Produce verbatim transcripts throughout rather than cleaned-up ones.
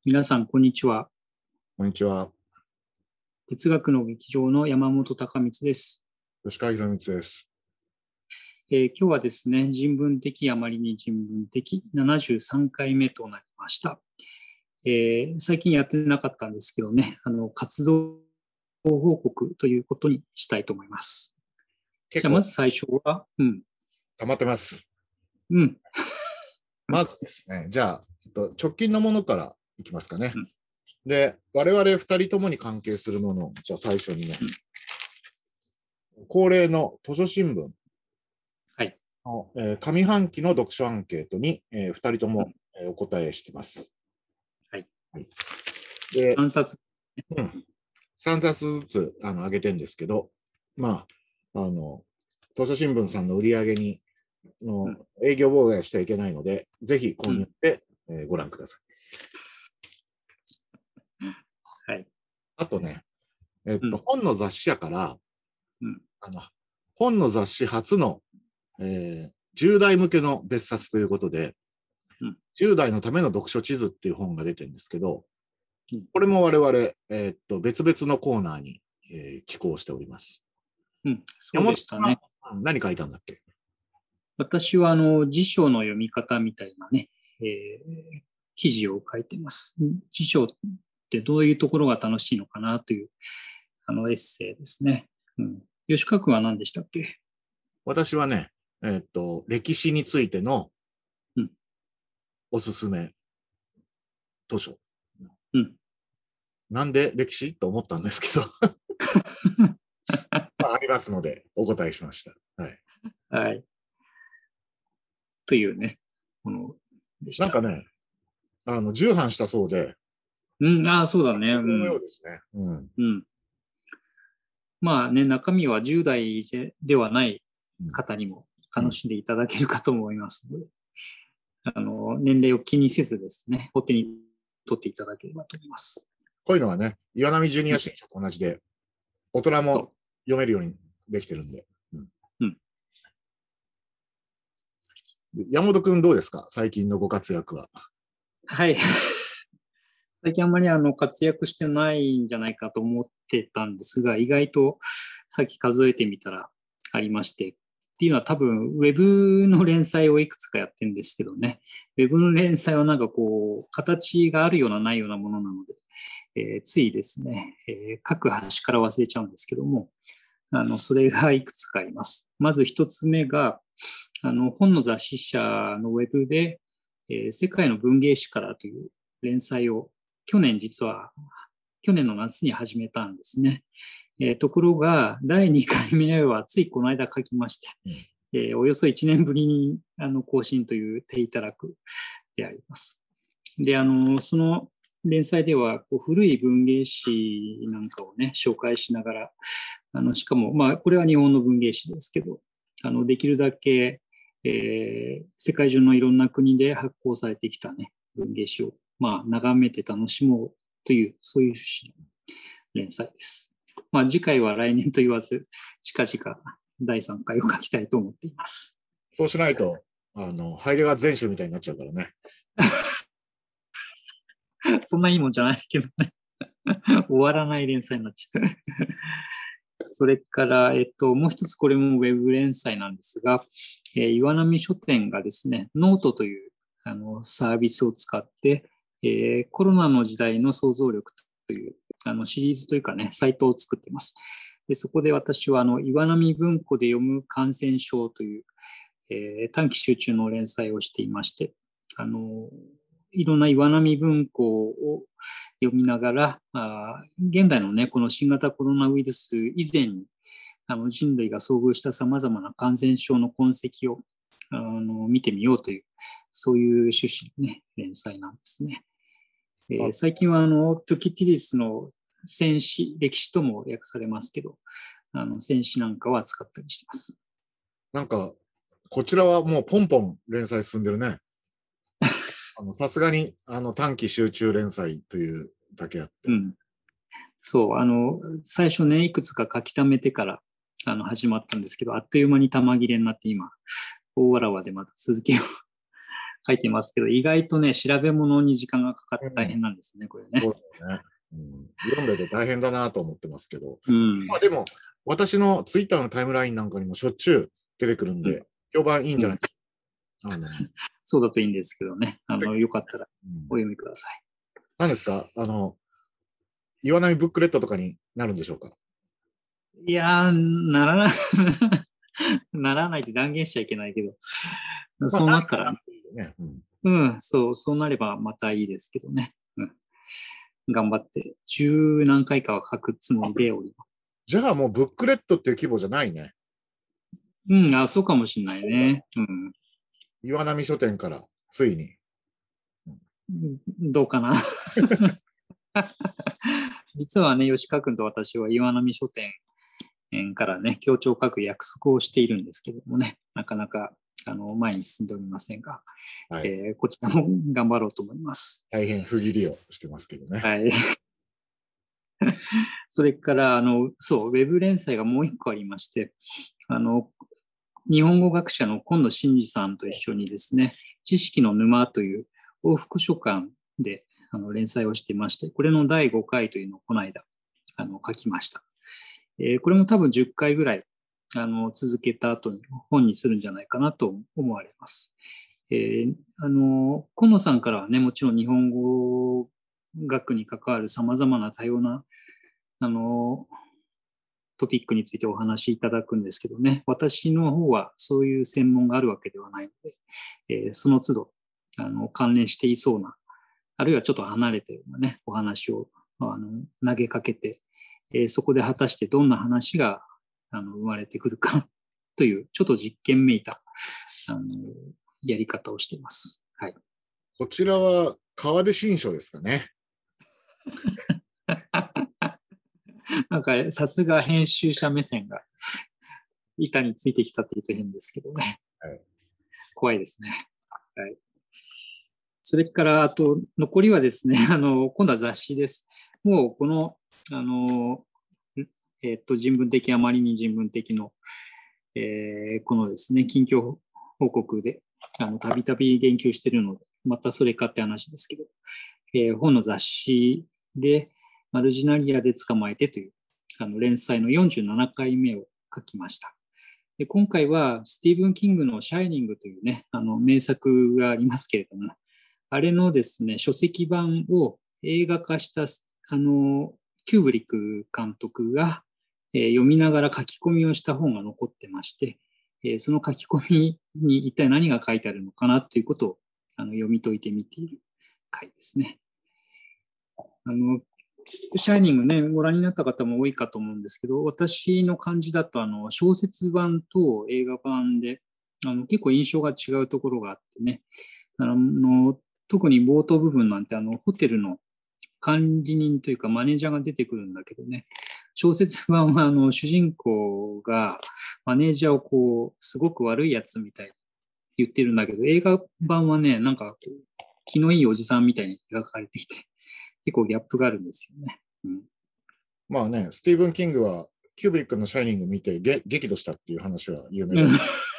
皆さん、こんにちは。 こんにちは。 哲学の劇場の山本隆光です。 吉川博光です。 えー今日はですね、人文的あまりに人文的ななじゅうさんかいめとなりました。えー最近やってなかったんですけどね、あの活動報告ということにしたいと思います。じ結構ゃあまず最初は、うん、 溜まってます。 うん、 まずですね、じゃあ、えっと、直近のものからいきますかね。 うん、 で、我々ふたりともに関係するものを、じゃあ最初にね、恒例の図書新聞はい。 の、えー上半期の読書アンケートに、えー、ふたりとも、えーお答えしてます。 はい。 はい、で、 さんさつ。 うん、さんさつずつあの上げてるんですけど、まあ、あの、図書新聞さんの売り上げにのうん、 営業妨害しちゃいけないので、ぜひ購入して、えーご覧ください。 はい。 あとね、えっと、 うん、 本の雑誌社から、 うん、 あの、本の雑誌初の、えー、じゅう代向けの別冊ということで、 うん、 じゅう代のための読書地図っていう本が出てるんですけど、 うん、 これも我々、えーっと、別々のコーナーに、えー寄稿しております。 うん、そう山本さんはでしたね。 うん何書いたんだっけ？ 私はあの辞書の読み方みたいなね、えー記事を書いてます。辞書ってどういうところが楽しいのかなというあのエッセイですね。うん、吉川君は何でしたっけ？ 私はね、えーっと、歴史についてのうん、 おすすめ図書。 うん、 なんで歴史と思ったんですけど、まあ、ありますので、お答えしました。はい。 はい。というね、ものでした。 なんかね、あの、重版したそうで、 うん、ああ、そうだね。 好評のようん、 うですね。うん。 うん。まあね、中身はじゅう代でではない方にもうん。 楽しんでいただけるかと思いますので、あの、年齢を気にせずですね、お手に取っていただければと思います。 こういうのはね、岩波ジュニア新書と同じで、大人もと、 読めるようにできてるんで。うん、 うん。 山本くんどうですか？最近のご活躍は。 はい。最近あんまりあの活躍してないんじゃないかと思ってたんですが、意外とさっき数えてみたらありまして、っていうのは多分ウェブの連載をいくつかやってるんですけどね、ウェブの連載はなんかこう、形があるようなないようなものなので、えーついですね、えー各端から忘れちゃうんですけども、あの、それがいくつかあります。まず一つ目が、あの、本の雑誌社のウェブで、えー世界の文芸誌からという連載を去年実は、去年の夏に始めたんですね。えーところが、だいにかいめはついこの間書きまして、 うん、 えーおよそいちねんぶりにあの更新という手いただくであります。で、あの、その連載では、こう古い文芸誌なんかをね、紹介しながら、あの、しかも、まあ、これは日本の文芸誌ですけど、あの、できるだけ、えー世界中のいろんな国で発行されてきたね、文芸誌を、まあ、眺めて楽しもうという、そういう趣旨の連載です。まあ、次回は来年と言わず、近々だいさんかいを書きたいと思っています。 そうしないと、あの、ハイデガー全集みたいになっちゃうからね。 そんないいもんじゃないけどね。終わらない連載になっちゃう。それから、えっと、もう一つこれもウェブ連載なんですが、えー岩波書店がですね、ノートというあのサービスを使って、えーコロナの時代の想像力というあのシリーズというかね、サイトを作っています。でそこで私はあの岩波文庫で読む感染症という、えー短期集中の連載をしていまして、あのいろんな岩波文庫を読みながら、あ現代のね、この新型コロナウイルス以前にあの人類が遭遇したさまざまな感染症の痕跡をあの見てみようという、そういう趣旨の、ね、連載なんですね。えあ、 ー最近はあのトゥキティリスの戦史、歴史とも訳されますけど、あの戦史なんかは使ったりしてます。 なんか、こちらはもうポンポン連載進んでるね。あの、さすがに、あの、短期集中連載というだけあって。 うん、そう、あの、最初ね、いくつか書き溜めてからあの始まったんですけど、あっという間に玉切れになって今、大わらわでまた続きを書いてますけど、意外とね、調べ物に時間がかかって大変なんですね、これね。 そうだよね。うん、読んでて大変だなと思ってますけど。 うん。 まあでも、私のツイッターのタイムラインなんかにもしょっちゅう出てくるんで、評判いいんじゃないですか。あの、 そうだといいんですけどね。あの、よかったらうん、 お読みください。 何ですかあの、岩波ブックレットとかになるんでしょうか。 いやー、ならないならないって断言しちゃいけないけど、 まあ、 そうなったら、 いいよね。うん、 うん、そう、そうなればまたいいですけどね。うん、頑張って、十何回かは書くつもりでおります。 じゃあもうブックレットっていう規模じゃないね。 うん、あ、そうかもしれないね。うん。 岩波書店からついに。 どうかな実はね、吉川君と私は岩波書店からね、協調を書く約束をしているんですけどもね、なかなかあの前に進んでおりませんが、はい、えー、こちらも頑張ろうと思います。 大変不義理をしてますけどね。 はい。それから、あの、そう、ウェブ連載がもう一個ありまして、あの、日本語学者の今野真司さんと一緒にですね、知識の沼という往復書簡であの連載をしていまして、これのだいごかいというのをこの間あの書きました。えー、これも多分じゅっかいぐらいあの続けた後に本にするんじゃないかなと思われます。えー、あの今野さんからはね、もちろん日本語学に関わるさまざまな多様なあのトピックについてお話しいただくんですけどね、私の方はそういう専門があるわけではないので、えー、その都度あの関連していそうな、あるいはちょっと離れているようなね、お話をあの投げかけて、えー、そこで果たしてどんな話があの生まれてくるかという、ちょっと実験めいたあのやり方をしています。はい、 こちらは川出新書ですかね。 なんかさすが編集者目線が板についてきたというと変ですけどね。はい、怖いですね。はい、それから、あと、残りはですね、あの、今度は雑誌です。もう、この、あの、えっと、人文的、あまりに人文的の、えー、このですね、近況報告で、あの、たびたび言及しているので、またそれかって話ですけど、えー、本の雑誌で、マルジナリアで捕まえてという、あの、連載のよんじゅうななかいめを書きました。で今回は、スティーブン・キングのシャイニングというね、あの、名作がありますけれども、あれのですね、書籍版を映画化した、あの、キューブリック監督が、えー、読みながら書き込みをした本が残ってまして、えー、その書き込みに一体何が書いてあるのかなということをあの読み解いてみている回ですね。あの、シャイニングね、ご覧になった方も多いかと思うんですけど、私の感じだと、あの、小説版と映画版で、あの、結構印象が違うところがあってね、あの、特に冒頭部分なんて、あの、ホテルの管理人というかマネージャーが出てくるんだけどね、小説版は、あの、主人公がマネージャーをこう、すごく悪いやつみたいに言ってるんだけど、映画版はね、なんか、気のいいおじさんみたいに描かれていて、結構ギャップがあるんですよね。うん、 まあね、スティーブン・キングはキューブリックのシャイニング見て激怒したっていう話は有名だ、うん、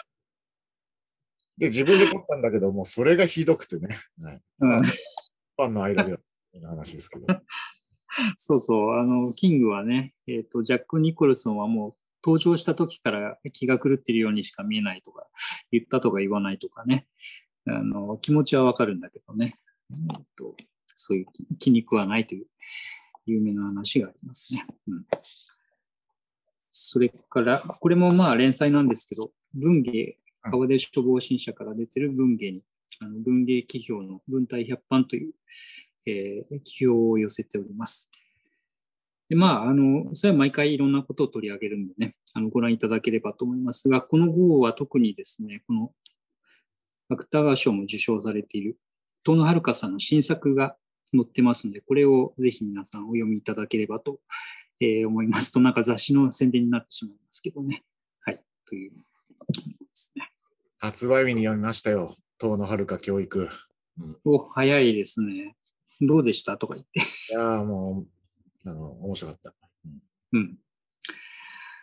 で、自分で撮ったんだけど、もうそれがひどくてね。はい、まあ、うん、ファンの間ではの話ですけど。 そうそう、あの、キングはね、えっと、ジャック・ニコルソンはもう登場した時から気が狂っているようにしか見えないとか、言ったとか言わないとかね、あの、気持ちはわかるんだけどね、えっと、そういう気に食わないという有名な話がありますね。うん、それから、これもまあ連載なんですけど、文芸、川出処方新社から出てる文芸に、あの文芸批評の文体百版という、えー、批評を寄せております。でまあ、あの、それは毎回いろんなことを取り上げるんでね、あのご覧いただければと思いますが、この号は特にですね、この芥川賞も受賞されている遠野遥さんの新作が載ってますので、これをぜひ皆さんお読みいただければと、えー、思いますと、なんか雑誌の宣伝になってしまいますけどね。はい、というですね。 発売日に読みましたよ、遠野遥教育。 うん、お、早いですね。どうでしたとか言って。 いやーもう、あの、面白かった。 うん。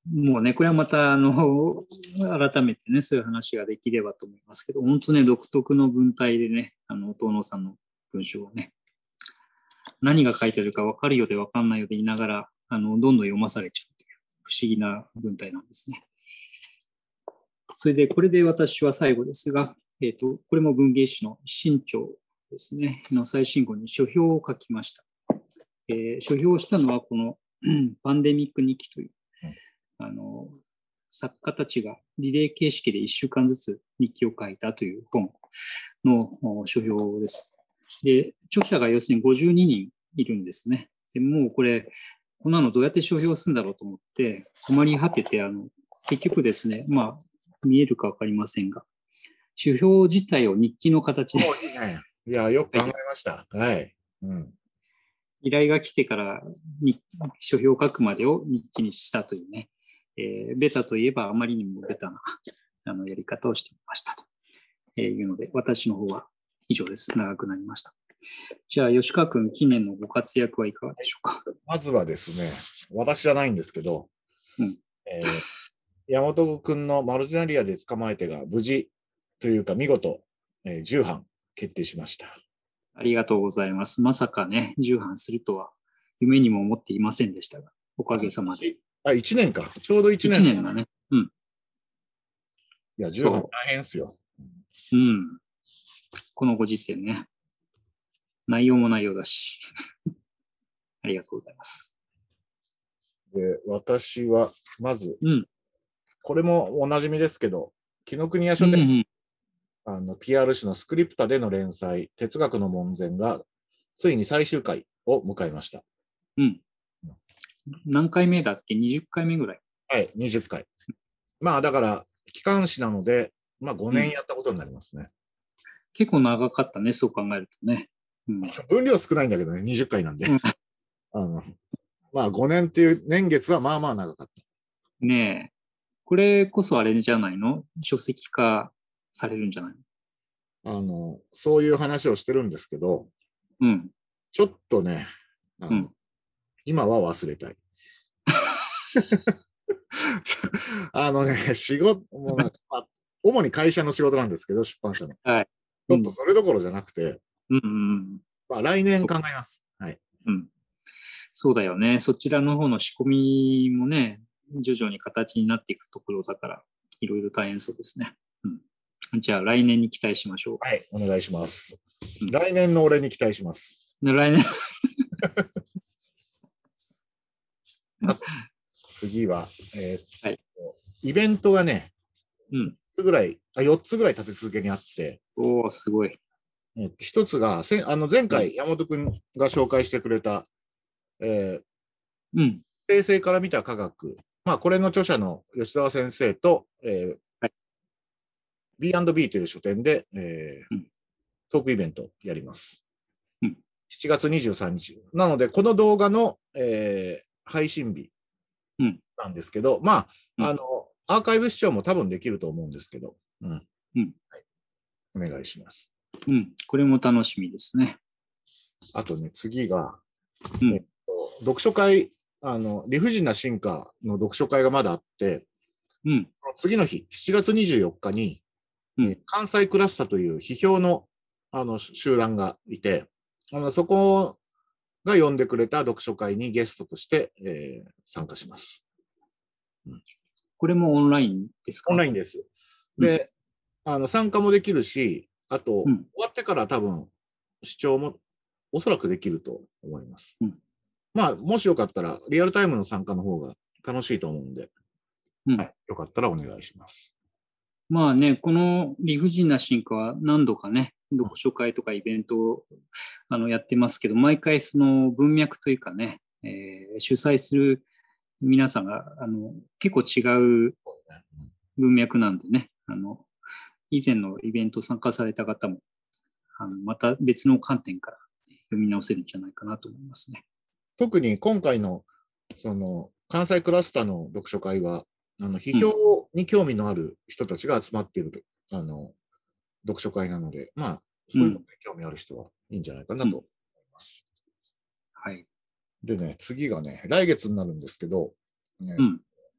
もうね、これはまた、あの、改めてね、そういう話ができればと思いますけど、本当ね、独特の文体でね、あの、遠野さんの文章をね、何が書いてあるか分かるようで分かんないようで言いながら、あの、どんどん読まされちゃうという不思議な文体なんですね。それで、これで私は最後ですが、えっと、これも文芸誌の新潮ですね、の最新号に書評を書きました。えー、書評をしたのは、このパンデミック日記という、あの、作家たちがリレー形式でいっしゅうかんずつ日記を書いたという本の書評です。で、著者が要するにごじゅうににんいるんですね。でもうこれ、こんなのどうやって書評するんだろうと思って困り果てて、あの、結局ですね、まあ、見えるかわかりませんが、書評自体を日記の形で。 いいね。いや、よく考えました。はい。うん、 依頼が来てからに書評を書くまでを日記にしたというね、えー、ベタといえばあまりにもベタなあのやり方をしてみましたというので、私の方は以上です。長くなりました。じゃあ、吉川君、近年のご活躍はいかがでしょうか。 まずはですね、私じゃないんですけど、 うんえー、山本君のマルジナリアで捕まえてが無事というか見事、えー、じゅうはん決定しました。 ありがとうございます。まさかね、じゅうはんするとは夢にも思っていませんでしたが、おかげさまで。 あ、いちねんか。ちょうどいちねん。 いちねんだね。うん。 いや、じゅうはん大変ですよ。 うん。このご時世ね。内容も内容だし。ありがとうございます。 で、私は、まず、 うん、 これもおなじみですけど、紀ノ国屋書店、 うんうん、 あの ピーアール 誌のスクリプタでの連載、哲学の門前が、ついに最終回を迎えました。 うん。何回目だっけ ?にじゅっ 回目ぐらい。 はい、にじゅっかい。まあ、だから、機関誌なので、まあ、ごねんやったことになりますね。うん、 結構長かったね、そう考えるとね。 うん、分量少ないんだけどね、にじゅっかいなんで。うん、あのまあ、ごねんっていう年月はまあまあ長かった。 ねえ。これこそあれじゃないの？書籍化されるんじゃないのあの、そういう話をしてるんですけど、 うん。 ちょっとね、あの、うん、今は忘れたい。あのね、仕事、もうなんか、まあ、主に会社の仕事なんですけど、出版社の。 はい。 ちょっとそれどころじゃなくて、 うんうん、 まあ、来年考えます。はい。 うん。そうだよね。そちらの方の仕込みもね、徐々に形になっていくところだから、いろいろ大変そうですね。うん、じゃあ、来年に期待しましょう。 はい、お願いします。うん、来年の俺に期待します。 来年次は、えーはい、 イベントがね、 うん、 よっつぐらい、あ、よっつぐらい立て続けにあって、 おー、すごい。 一つが、せあの前回、山本君が紹介してくれた、えー、うん、生成から見た科学、まあ、これの著者の吉澤先生と、えーはい、ビーアンドビー という書店で、えーうん、トークイベントをやります。うん、しちがつにじゅうさんにち。なので、この動画の、えー、配信日なんですけど、うん、まあ、あの、アーカイブ視聴も多分できると思うんですけど、うん。うん、はい、お願いします。 うん、これも楽しみですね。 あとね、次が、うんえっと、読書会、あの、理不尽な進化の読書会がまだあって、うん、次の日、しちがつにじゅうよっかに、うんえー、関西クラスタという批評のあの集団がいて、あのそこが呼んでくれた読書会にゲストとして、えー、参加します、 うん。これもオンラインですか？ オンラインです。で、うん、あの参加もできるし、あと、うん、終わってから多分、視聴もおそらくできると思います。うん、まあ、もしよかったら、リアルタイムの参加の方が楽しいと思うんで、うんはい、よかったらお願いします。 まあね、この理不尽な進化は何度かね、読書会とかイベントをあのやってますけど、毎回その文脈というかね、えー、主催する皆さんがあの結構違う文脈なんでね、あの以前のイベント参加された方もあのまた別の観点から読み直せるんじゃないかなと思いますね。 特に今回のその関西クラスターの読書会は、あの批評に興味のある人たちが集まっている、うん、あの読書会なので、まあ、そういうのに興味ある人はいいんじゃないかなと思います。 うん、はい。 でね、次がね、来月になるんですけど、ね、うん、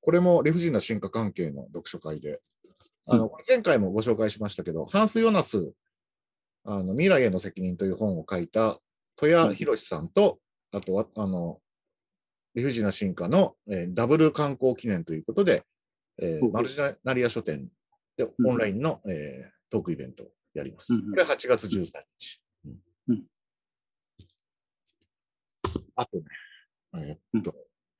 これも理不尽な進化関係の読書会で、あの、前回もご紹介しましたけど、ハンス・ヨナス、あの、未来への責任という本を書いた戸谷博さんと、あとは、あの、理不尽な進化の、えー、ダブル観光記念ということで、えー、マルジナリア書店でオンラインの、えー、トークイベントをやります。これははちがつじゅうさんにち。うんうん、あとね、えー、っと、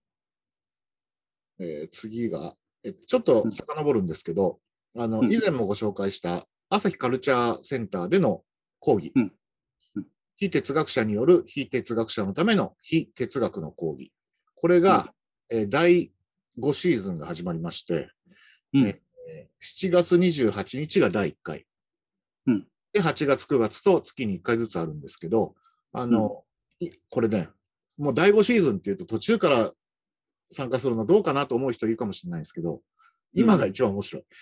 えー、次が、えー、ちょっと遡るんですけど、あの、以前もご紹介した朝日カルチャーセンターでの講義。うんうん、非哲学者による非哲学者のための非哲学の講義。これが、うん、えー、だいごシーズンが始まりまして、うん、えー、しちがつにじゅうはちにちがだいいっかい。うん、で、はちがつくがつと月にいっかいずつあるんですけど、あの、うん、これね、もうだいごシーズンっていうと途中から参加するのどうかなと思う人いるかもしれないですけど、今が一番面白い。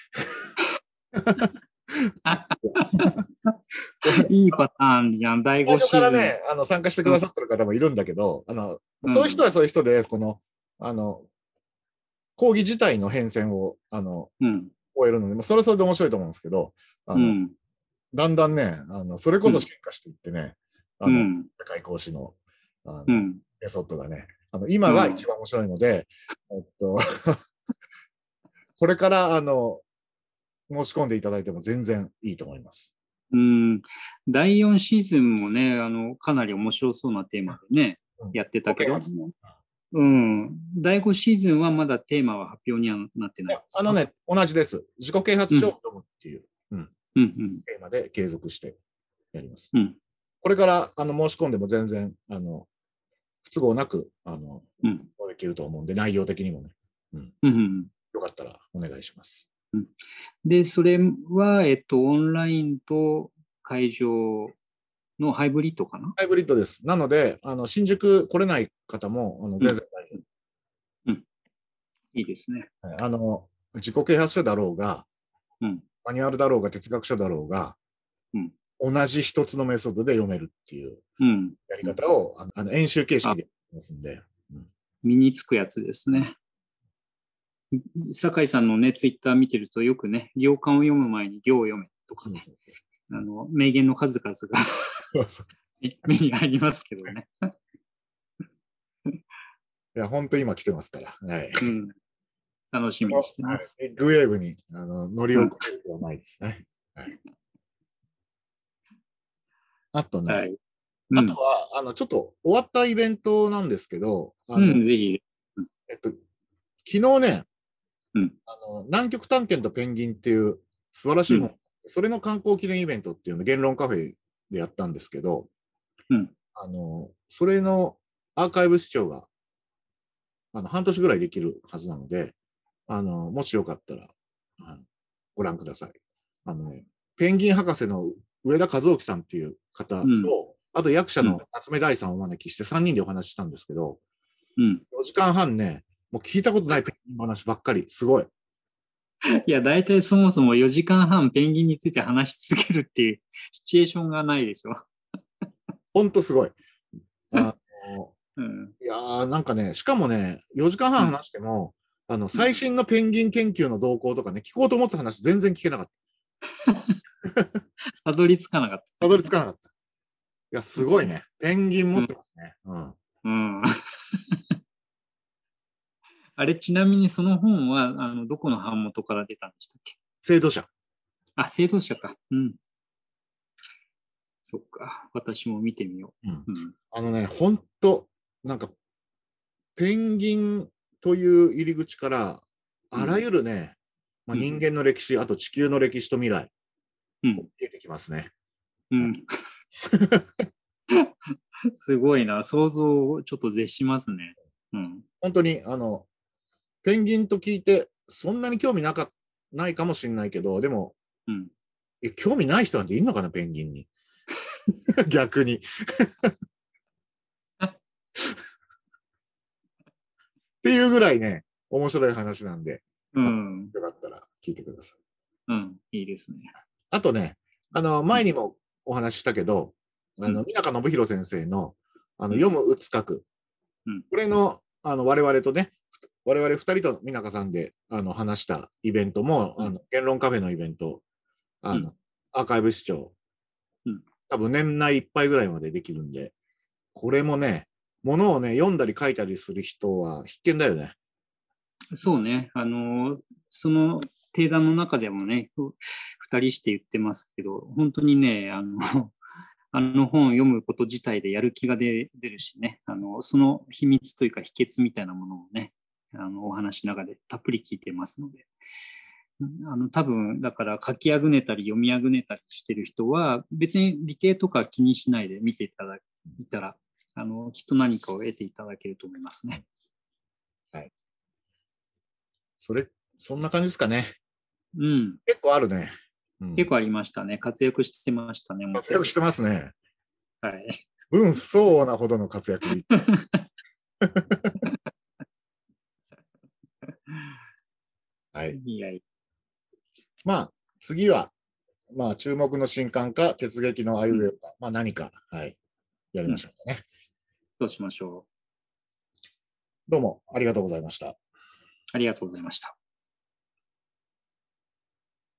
いいパターンじゃん、だいごシーズン。 最初からね、あの、参加してくださってる方もいるんだけど、あの、うん、そういう人はそういう人で、この、あの、講義自体の変遷を、あの、うん、終えるので、それはそれで面白いと思うんですけど、あの、うん、だんだんね、あの、それこそ進化していってね、うん、あの、社会講師の、あの、うん、メソッドがね、あの、今が一番面白いので、うん、えっと、これから、あの、申し込んでいただいても全然いいと思います。 うん、だいよんシーズンもね、あの、かなり面白そうなテーマでね、うん、やってたけど、うん、だいごシーズンはまだテーマは発表にはなってないですか？ あのね、同じです。自己啓発書を読むっていう、うんうんうん、テーマで継続してやります。うん、これからあの申し込んでも全然あの不都合なくあの、うん、できると思うんで、内容的にもね、うんうんうん、よかったらお願いします。 うん、で、それは、えっと、オンラインと会場のハイブリッドかな？ ハイブリッドです。なので、あの新宿来れない方もあの全然大丈夫、 うんうん。いいですね。 あの自己啓発書だろうが、うん、マニュアルだろうが、哲学書だろうが、うん、同じ一つのメソッドで読めるっていうやり方を、うん、あの演習形式でやりますんで、 うん。身につくやつですね。酒井さんのね、ツイッター見てるとよくね、行間を読む前に行を読めとかね、あの名言の数々が目に入りますけどね。 いや、本当今来てますから。はい。うん、 楽しみにしてます。 ビッグウェーブにあの乗り遅れるではないですね。はい、あとね、はいうん、あとは、あの、ちょっと終わったイベントなんですけど、あの、 うん、ぜひ。 えっと、昨日ね、うん、あの南極探検とペンギンっていう素晴らしい本、うん、それの観光記念イベントっていうのを言論カフェでやったんですけど、うん、あのそれのアーカイブ視聴があの半年ぐらいできるはずなので、あのもしよかったらあのご覧ください。あのね、ペンギン博士の上田和興さんっていう方と、うん、あと役者の夏目大さんをお招きしてさんにんでお話ししたんですけど、うん、よじかんはんね、もう聞いたことないペンギンの話ばっかり、すごい。 いや、大体そもそもよじかんはんペンギンについて話し続けるっていうシチュエーションがないでしょ。 ほんとすごい。あのうん、いやー、なんかね、しかもね、よじかんはん話しても、うん、あの最新のペンギン研究の動向とかね、聞こうと思った話全然聞けなかった。 たどり着かなかった。 たどり着かなかった。いや、すごいね。ペンギン持ってますね。うん。うんあれ、ちなみにその本は、あの、どこの版元から出たんでしたっけ？ 制度者。 あ、制度者か。うん。そっか。私も見てみよう。うんうん、あのね、ほんと、なんか、ペンギンという入り口から、あらゆるね、うん、まあ、人間の歴史、うん、あと地球の歴史と未来、うん、出てきますね。うん。 すごいな。想像をちょっと絶しますね。うん。 本当に、あの、ペンギンと聞いて、そんなに興味なかないかもしれないけど、でも、うん、興味ない人なんているのかな、ペンギンに。逆に。っていうぐらいね、面白い話なんで、うん、よかったら聞いてください。 うん、いいですね。 あとね、あの、前にもお話ししたけど、うん、あの、三中信弘先生の、あの、読む、打つ、書く。うん、これの、あの、我々とね、 我々ふたりと美中さんであの話したイベントも、うん、あの言論カフェのイベント、あの、うん、アーカイブ視聴、うん、多分年内いっぱいぐらいまでできるんで、これもね、ものをね、読んだり書いたりする人は必見だよね。 そうね。あの、その定談の中でもね、二人して言ってますけど、本当にね、あの、あの本を読むこと自体でやる気が出るしね、あの、その秘密というか秘訣みたいなものをね、あの、お話の中でたっぷり聞いてますので、あの、多分、だから書きあぐねたり読みあぐねたりしてる人は、別に理系とか気にしないで見ていただいたら、あの、きっと何かを得ていただけると思いますね。 はい。それ、そんな感じですかね。 うん。 結構あるね。 うん、結構ありましたね。活躍してましたね。 活躍してますね。 はい。 分不相応なほどの活躍。はい。 いやいや。 まあ、次は、まあ、注目の新刊か、鉄撃のアイウェイか、うん、まあ、何か、はい、やりましょうかね。 そうしましょう。 どうもありがとうございました。 ありがとうございました。